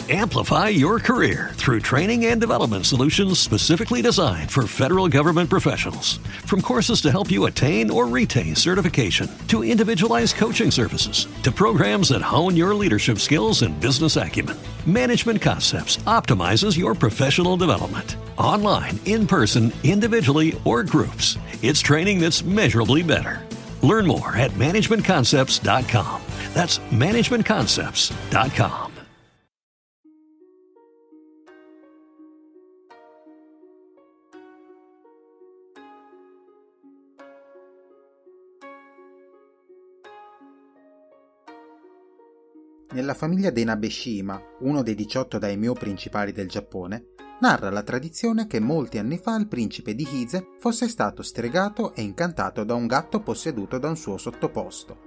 Amplify your career through training and development solutions specifically designed for federal government professionals. From courses to help you attain or retain certification, to individualized coaching services, to programs that hone your leadership skills and business acumen, Management Concepts optimizes your professional development. Online, in person, individually, or groups, it's training that's measurably better. Learn more at managementconcepts.com. That's managementconcepts.com. Nella famiglia dei Nabeshima, uno dei 18 daimyo principali del Giappone, narra la tradizione che molti anni fa il principe di Hise fosse stato stregato e incantato da un gatto posseduto da un suo sottoposto.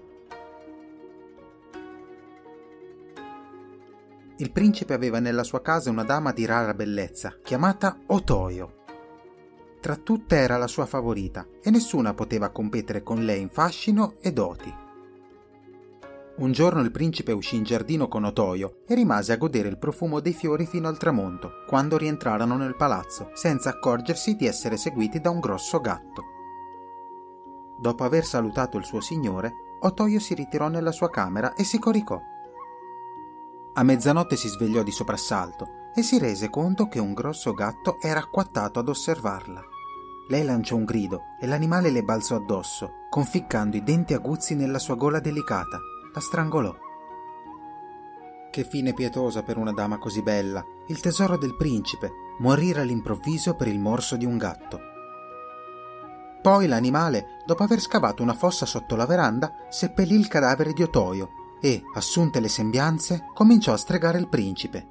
Il principe aveva nella sua casa una dama di rara bellezza, chiamata Otoyo. Tra tutte era la sua favorita e nessuna poteva competere con lei in fascino e doti. Un giorno il principe uscì in giardino con Otoyo e rimase a godere il profumo dei fiori fino al tramonto, quando rientrarono nel palazzo, senza accorgersi di essere seguiti da un grosso gatto. Dopo aver salutato il suo signore, Otoyo si ritirò nella sua camera e si coricò. A mezzanotte si svegliò di soprassalto e si rese conto che un grosso gatto era acquattato ad osservarla. Lei lanciò un grido e l'animale le balzò addosso, conficcando i denti aguzzi nella sua gola delicata. La strangolò. Che fine pietosa per una dama così bella, il tesoro del principe, morire all'improvviso per il morso di un gatto. Poi l'animale, dopo aver scavato una fossa sotto la veranda, seppellì il cadavere di Otoyo e, assunte le sembianze, cominciò a stregare il principe.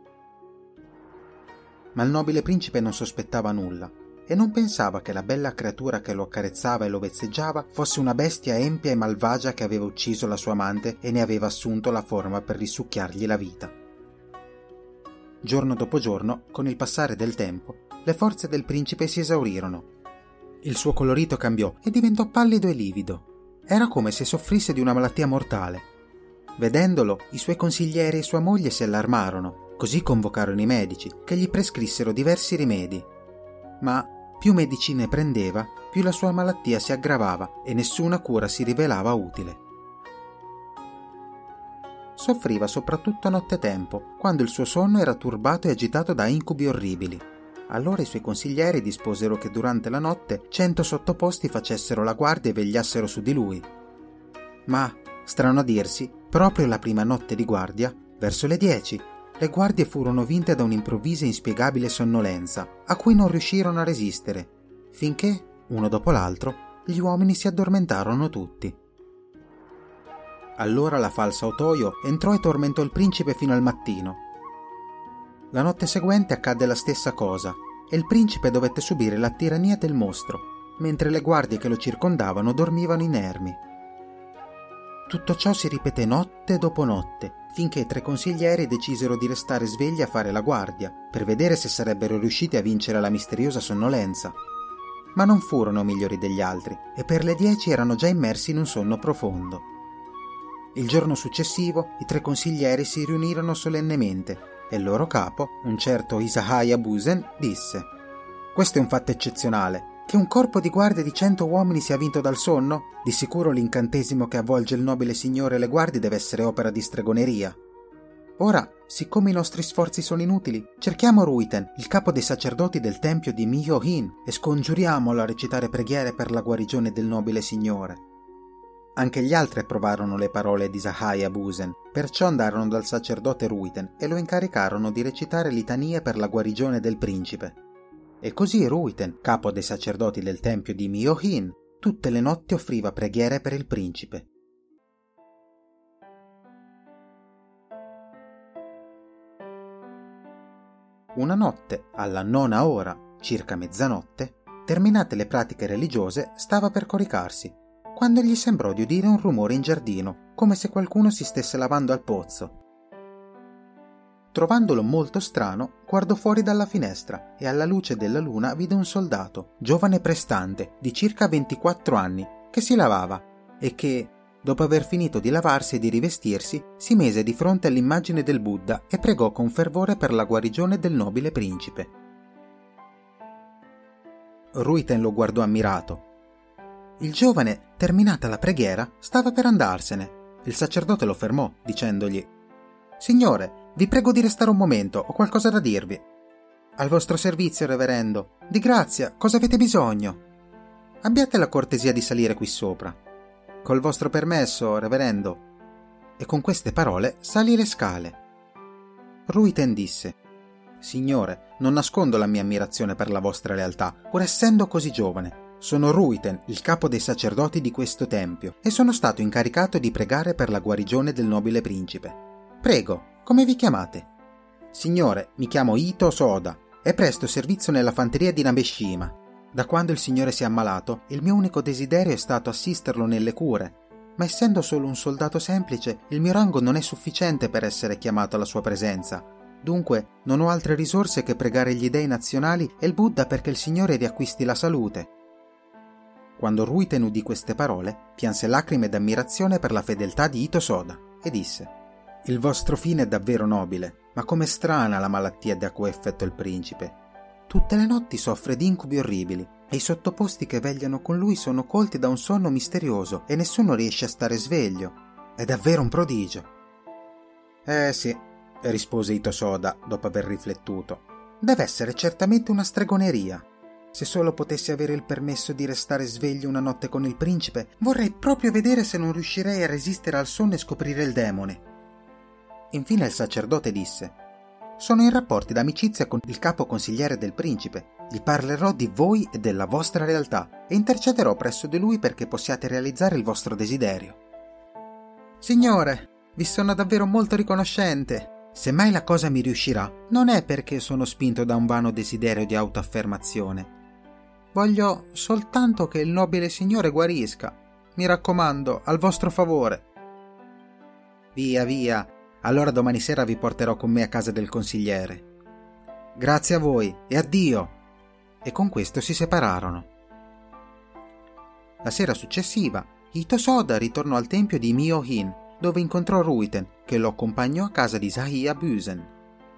Ma il nobile principe non sospettava nulla e non pensava che la bella creatura che lo accarezzava e lo vezzeggiava fosse una bestia empia e malvagia che aveva ucciso la sua amante e ne aveva assunto la forma per risucchiargli la vita. Giorno dopo giorno, con il passare del tempo, le forze del principe si esaurirono. Il suo colorito cambiò e diventò pallido e livido. Era come se soffrisse di una malattia mortale. Vedendolo, i suoi consiglieri e sua moglie si allarmarono, così convocarono i medici, che gli prescrissero diversi rimedi. Ma più medicine prendeva, più la sua malattia si aggravava e nessuna cura si rivelava utile. Soffriva soprattutto nottetempo, quando il suo sonno era turbato e agitato da incubi orribili. Allora i suoi consiglieri disposero che durante la notte 100 sottoposti facessero la guardia e vegliassero su di lui. Ma, strano a dirsi, proprio la prima notte di guardia, verso le 10, le guardie furono vinte da un'improvvisa e inspiegabile sonnolenza, a cui non riuscirono a resistere, finché, uno dopo l'altro, gli uomini si addormentarono tutti. Allora la falsa Otoyo entrò e tormentò il principe fino al mattino. La notte seguente accadde la stessa cosa, e il principe dovette subire la tirannia del mostro, mentre le guardie che lo circondavano dormivano inermi. Tutto ciò si ripeté notte dopo notte, finché i 3 consiglieri decisero di restare svegli a fare la guardia, per vedere se sarebbero riusciti a vincere la misteriosa sonnolenza. Ma non furono migliori degli altri, e per le 10 erano già immersi in un sonno profondo. Il giorno successivo i 3 consiglieri si riunirono solennemente, e il loro capo, un certo Isahaya Busen, disse: «Questo è un fatto eccezionale. Che un corpo di guardie di 100 uomini sia vinto dal sonno? Di sicuro l'incantesimo che avvolge il nobile signore e le guardie deve essere opera di stregoneria. Ora, siccome i nostri sforzi sono inutili, cerchiamo Ruiten, il capo dei sacerdoti del tempio di Myohin, e scongiuriamolo a recitare preghiere per la guarigione del nobile signore». Anche gli altri approvarono le parole di Isahaya Busen, perciò andarono dal sacerdote Ruiten e lo incaricarono di recitare litanie per la guarigione del principe. E così Ruiten, capo dei sacerdoti del tempio di Myohin, tutte le notti offriva preghiere per il principe. Una notte, alla 9ª ora, circa mezzanotte, terminate le pratiche religiose, stava per coricarsi, quando gli sembrò di udire un rumore in giardino, come se qualcuno si stesse lavando al pozzo. Trovandolo molto strano, guardò fuori dalla finestra e alla luce della luna vide un soldato, giovane e prestante, di circa 24 anni, che si lavava e che, dopo aver finito di lavarsi e di rivestirsi, si mise di fronte all'immagine del Buddha e pregò con fervore per la guarigione del nobile principe. Ruiten lo guardò ammirato. Il giovane, terminata la preghiera, stava per andarsene. Il sacerdote lo fermò, dicendogli: «Signore, vi prego di restare un momento, ho qualcosa da dirvi». «Al vostro servizio, reverendo. Di grazia, cosa avete bisogno?» «Abbiate la cortesia di salire qui sopra». «Col vostro permesso, reverendo». E con queste parole salì le scale. Ruiten disse: «Signore, non nascondo la mia ammirazione per la vostra lealtà, pur essendo così giovane. Sono Ruiten, il capo dei sacerdoti di questo tempio, e sono stato incaricato di pregare per la guarigione del nobile principe. Prego, come vi chiamate?» «Signore, mi chiamo Ito Soda e presto servizio nella fanteria di Nabeshima. Da quando il signore si è ammalato, il mio unico desiderio è stato assisterlo nelle cure, ma essendo solo un soldato semplice, il mio rango non è sufficiente per essere chiamato alla sua presenza. Dunque, non ho altre risorse che pregare gli dei nazionali e il Buddha perché il signore riacquisti la salute». Quando Ruiten udì queste parole, pianse lacrime d'ammirazione per la fedeltà di Ito Soda e disse: «Il vostro fine è davvero nobile, ma com'è strana la malattia da cui è affetto il principe. Tutte le notti soffre di incubi orribili e i sottoposti che vegliano con lui sono colti da un sonno misterioso e nessuno riesce a stare sveglio. È davvero un prodigio». Sì», rispose Ito Soda dopo aver riflettuto. «Deve essere certamente una stregoneria. Se solo potessi avere il permesso di restare sveglio una notte con il principe, vorrei proprio vedere se non riuscirei a resistere al sonno e scoprire il demone». Infine il sacerdote disse: «Sono in rapporti d'amicizia con il capo consigliere del principe. Gli parlerò di voi e della vostra realtà e intercederò presso di lui perché possiate realizzare il vostro desiderio». «Signore, vi sono davvero molto riconoscente. Se mai la cosa mi riuscirà, non è perché sono spinto da un vano desiderio di autoaffermazione. Voglio soltanto che il nobile signore guarisca. Mi raccomando, al vostro favore». «Via, via. Allora domani sera vi porterò con me a casa del consigliere». «Grazie a voi e addio». E con questo si separarono. La sera successiva, Ito Soda ritornò al tempio di Myo-hin, dove incontrò Ruiten, che lo accompagnò a casa di Sahi a Busen.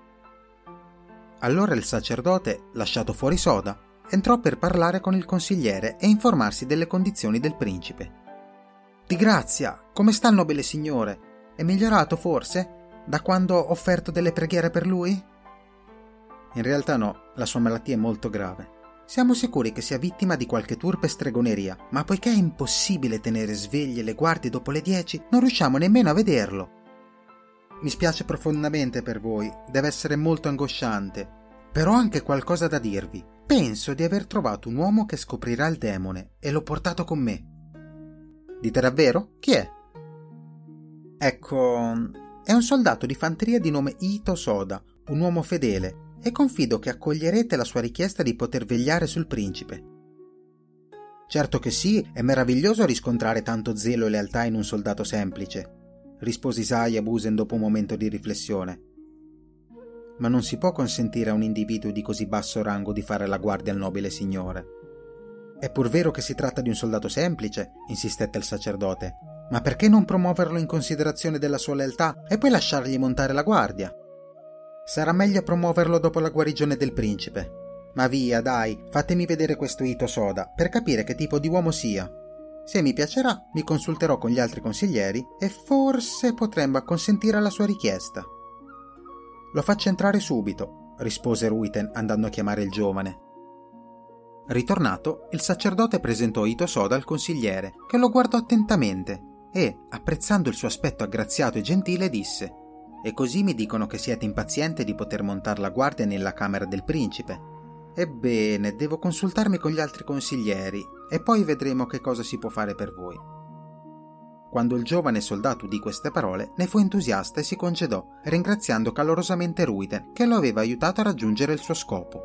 Allora il sacerdote, lasciato fuori Soda, entrò per parlare con il consigliere e informarsi delle condizioni del principe. «Di grazia, come sta il nobile signore? È migliorato forse, da quando ho offerto delle preghiere per lui?» «In realtà no, la sua malattia è molto grave. Siamo sicuri che sia vittima di qualche turpe stregoneria, ma poiché è impossibile tenere sveglie le guardie dopo le 10, non riusciamo nemmeno a vederlo. Mi spiace profondamente per voi, deve essere molto angosciante. Però ho anche qualcosa da dirvi. Penso di aver trovato un uomo che scoprirà il demone e l'ho portato con me». «Dite davvero? Chi è?» «Ecco, è un soldato di fanteria di nome Ito Soda, un uomo fedele, e confido che accoglierete la sua richiesta di poter vegliare sul principe». «Certo che sì, è meraviglioso riscontrare tanto zelo e lealtà in un soldato semplice», rispose Isaiah Busen dopo un momento di riflessione. «Ma non si può consentire a un individuo di così basso rango di fare la guardia al nobile signore». «È pur vero che si tratta di un soldato semplice», insistette il sacerdote, «ma perché non promuoverlo in considerazione della sua lealtà e poi lasciargli montare la guardia? Sarà meglio promuoverlo dopo la guarigione del principe. Ma via, dai, fatemi vedere questo Ito Soda per capire che tipo di uomo sia. Se mi piacerà, mi consulterò con gli altri consiglieri e forse potremmo acconsentire alla sua richiesta». «Lo faccio entrare subito», rispose Ruiten andando a chiamare il giovane. Ritornato, il sacerdote presentò Ito Soda al consigliere, che lo guardò attentamente e, apprezzando il suo aspetto aggraziato e gentile, disse: «E così mi dicono che siete impaziente di poter montar la guardia nella camera del principe. Ebbene, devo consultarmi con gli altri consiglieri e poi vedremo che cosa si può fare per voi». Quando il giovane soldato udì queste parole, ne fu entusiasta e si congedò, ringraziando calorosamente Ruiten, che lo aveva aiutato a raggiungere il suo scopo.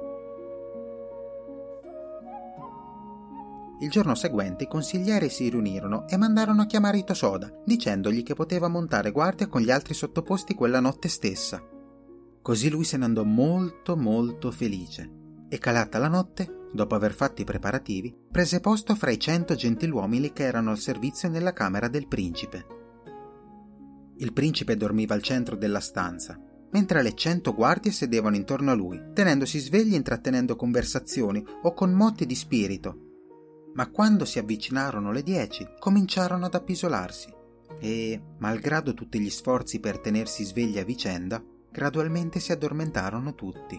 Il giorno seguente i consiglieri si riunirono e mandarono a chiamare Ito Soda, dicendogli che poteva montare guardia con gli altri sottoposti quella notte stessa. Così lui se ne andò molto molto felice e, calata la notte, dopo aver fatto i preparativi, prese posto fra i 100 gentiluomini che erano al servizio nella camera del principe. Il principe dormiva al centro della stanza, mentre le 100 guardie sedevano intorno a lui, tenendosi svegli, intrattenendo conversazioni o con motti di spirito. Ma quando si avvicinarono le 10, cominciarono ad appisolarsi e, malgrado tutti gli sforzi per tenersi svegli a vicenda, gradualmente si addormentarono tutti.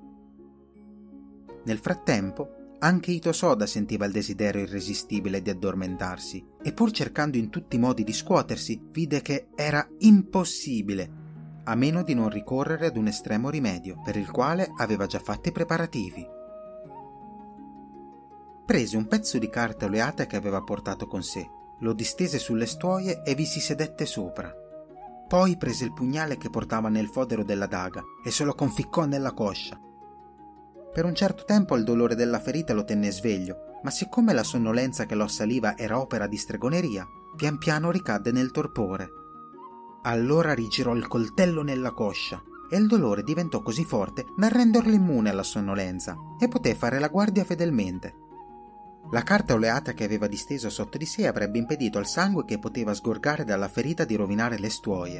Nel frattempo, anche Ito Soda sentiva il desiderio irresistibile di addormentarsi e, pur cercando in tutti i modi di scuotersi, vide che era impossibile, a meno di non ricorrere ad un estremo rimedio, per il quale aveva già fatto i preparativi. Prese un pezzo di carta oleata che aveva portato con sé, lo distese sulle stuoie e vi si sedette sopra. Poi prese il pugnale che portava nel fodero della daga e se lo conficcò nella coscia. Per un certo tempo il dolore della ferita lo tenne sveglio, ma siccome la sonnolenza che lo assaliva era opera di stregoneria, pian piano ricadde nel torpore. Allora rigirò il coltello nella coscia e il dolore diventò così forte da renderlo immune alla sonnolenza e poté fare la guardia fedelmente. La carta oleata che aveva disteso sotto di sé avrebbe impedito al sangue che poteva sgorgare dalla ferita di rovinare le stuoie.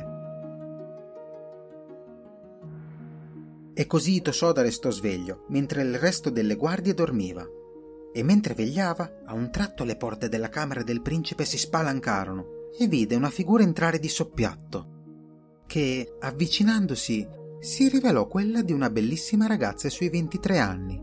E così Ito Soda restò sveglio, mentre il resto delle guardie dormiva. E mentre vegliava, a un tratto le porte della camera del principe si spalancarono e vide una figura entrare di soppiatto, che, avvicinandosi, si rivelò quella di una bellissima ragazza ai suoi 23 anni.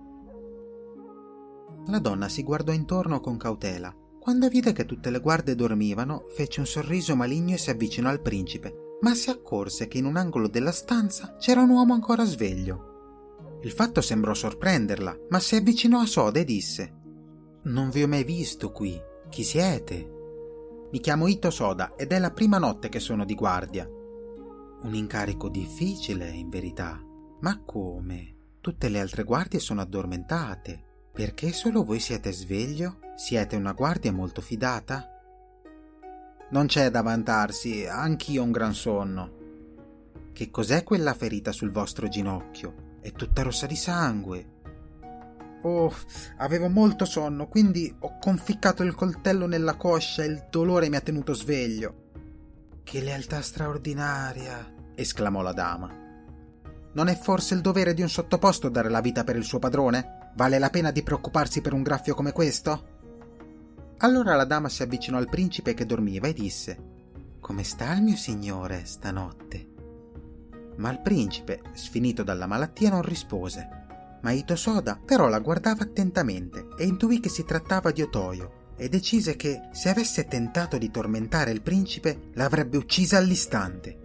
La donna si guardò intorno con cautela. Quando vide che tutte le guardie dormivano, fece un sorriso maligno e si avvicinò al principe, ma si accorse che in un angolo della stanza c'era un uomo ancora sveglio. Il fatto sembrò sorprenderla, ma si avvicinò a Soda e disse: «Non vi ho mai visto qui. Chi siete?» «Mi chiamo Ito Soda ed è la prima notte che sono di guardia». «Un incarico difficile, in verità. Ma come? Tutte le altre guardie sono addormentate. Perché solo voi siete sveglio? Siete una guardia molto fidata?» «Non c'è da vantarsi, anch'io ho un gran sonno». «Che cos'è quella ferita sul vostro ginocchio? È tutta rossa di sangue». «Oh, avevo molto sonno, quindi ho conficcato il coltello nella coscia e il dolore mi ha tenuto sveglio». «Che lealtà straordinaria!» esclamò la dama. «Non è forse il dovere di un sottoposto dare la vita per il suo padrone? Vale la pena di preoccuparsi per un graffio come questo?» Allora la dama si avvicinò al principe che dormiva e disse: «Come sta il mio signore stanotte?» Ma il principe, sfinito dalla malattia, non rispose. Ma Ito Soda però la guardava attentamente e intuì che si trattava di Otoyo e decise che, se avesse tentato di tormentare il principe, l'avrebbe uccisa all'istante.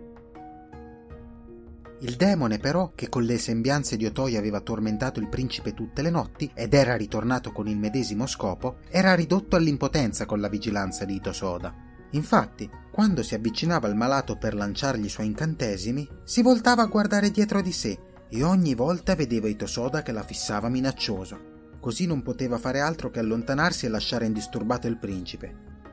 Il demone però, che con le sembianze di Otoyo aveva tormentato il principe tutte le notti ed era ritornato con il medesimo scopo, era ridotto all'impotenza con la vigilanza di Ito Soda. Infatti, quando si avvicinava al malato per lanciargli i suoi incantesimi, si voltava a guardare dietro di sé e ogni volta vedeva Ito Soda che la fissava minaccioso. Così non poteva fare altro che allontanarsi e lasciare indisturbato il principe.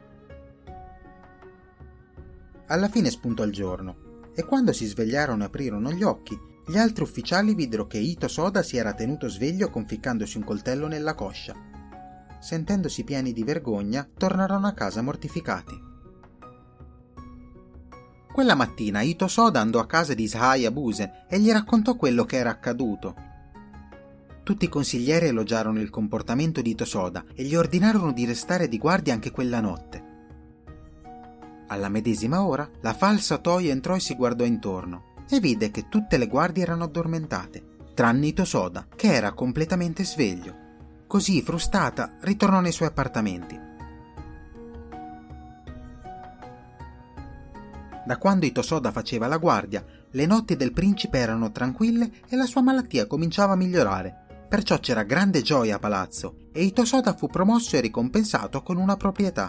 Alla fine spuntò il giorno e quando si svegliarono e aprirono gli occhi, gli altri ufficiali videro che Ito Soda si era tenuto sveglio conficcandosi un coltello nella coscia. Sentendosi pieni di vergogna, tornarono a casa mortificati. Quella mattina Ito Soda andò a casa di Isahaya Busen e gli raccontò quello che era accaduto. Tutti i consiglieri elogiarono il comportamento di Ito Soda e gli ordinarono di restare di guardia anche quella notte. Alla medesima ora, la falsa Otoyo entrò e si guardò intorno e vide che tutte le guardie erano addormentate, tranne Ito Soda, che era completamente sveglio. Così, frustata, ritornò nei suoi appartamenti. Da quando Ito Soda faceva la guardia, le notti del principe erano tranquille e la sua malattia cominciava a migliorare. Perciò c'era grande gioia a palazzo e Ito Soda fu promosso e ricompensato con una proprietà.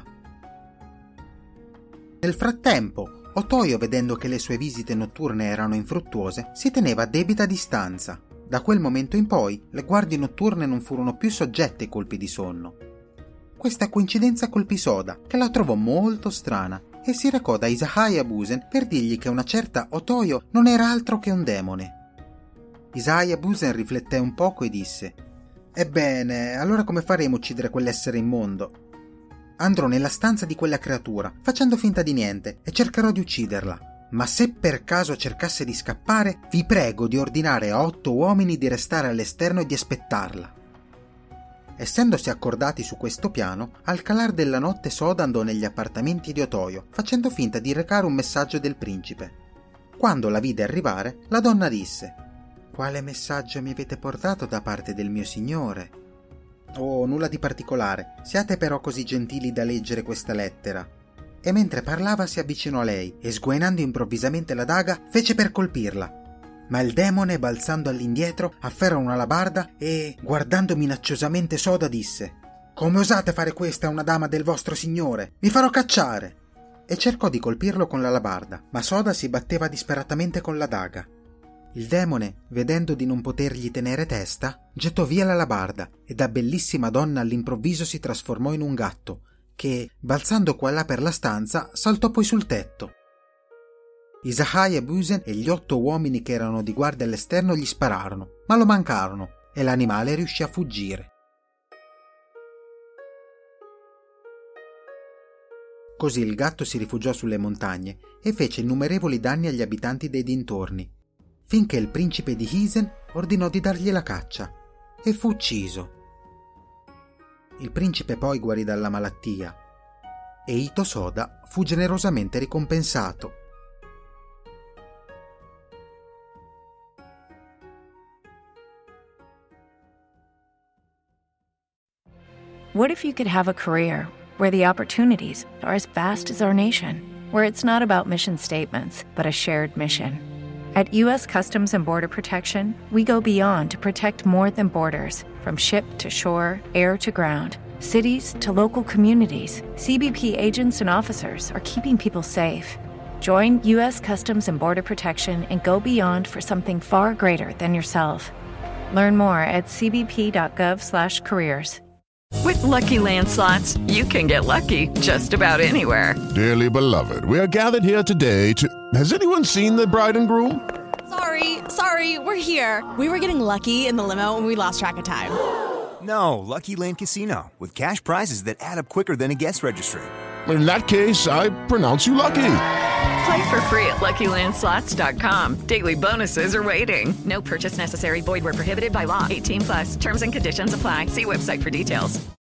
Nel frattempo, Otoyo, vedendo che le sue visite notturne erano infruttuose, si teneva a debita distanza. Da quel momento in poi, le guardie notturne non furono più soggette ai colpi di sonno. Questa coincidenza colpì Soda, che la trovò molto strana, e si recò da Isahaya Busen per dirgli che una certa Otoyo non era altro che un demone. Isahaya Busen rifletté un poco e disse: Ebbene, allora come faremo a uccidere quell'essere immondo? Andrò nella stanza di quella creatura, facendo finta di niente, e cercherò di ucciderla. Ma se per caso cercasse di scappare, vi prego di ordinare a 8 uomini di restare all'esterno e di aspettarla. Essendosi accordati su questo piano, al calar della notte Soda andò negli appartamenti di Otoyo, facendo finta di recare un messaggio del principe. Quando la vide arrivare, la donna disse: «Quale messaggio mi avete portato da parte del mio signore?» «Oh, nulla di particolare, siate però così gentili da leggere questa lettera». E mentre parlava si avvicinò a lei e, sguainando improvvisamente la daga, fece per colpirla. Ma il demone, balzando all'indietro, afferrò una alabarda e, guardando minacciosamente Soda, disse: «Come osate fare questa a una dama del vostro signore? Vi farò cacciare!» E cercò di colpirlo con l'alabarda, ma Soda si batteva disperatamente con la daga. Il demone, vedendo di non potergli tenere testa, gettò via l'alabarda e da bellissima donna all'improvviso si trasformò in un gatto che, balzando qua e là per la stanza, saltò poi sul tetto. Isahai e Busen e gli 8 uomini che erano di guardia all'esterno gli spararono, ma lo mancarono e l'animale riuscì a fuggire. Così il gatto si rifugiò sulle montagne e fece innumerevoli danni agli abitanti dei dintorni, finché il principe di Hisen ordinò di dargli la caccia e fu ucciso. Il principe poi guarì dalla malattia e Ito Soda fu generosamente ricompensato. What if you could have a career where the opportunities are as vast as our nation, where it's not about mission statements, but a shared mission? At U.S. Customs and Border Protection, we go beyond to protect more than borders. From ship to shore, air to ground, cities to local communities, CBP agents and officers are keeping people safe. Join U.S. Customs and Border Protection and go beyond for something far greater than yourself. Learn more at cbp.gov/careers. With Lucky Land Slots, you can get lucky just about anywhere. Dearly beloved, we are gathered here today to... Has anyone seen the bride and groom? Sorry, we're here. We were getting lucky in the limo and we lost track of time. No, Lucky Land Casino, with cash prizes that add up quicker than a guest registry. In that case, I pronounce you lucky. Play for free at LuckyLandSlots.com. Daily bonuses are waiting. No purchase necessary. Void where prohibited by law. 18+. Terms and conditions apply. See website for details.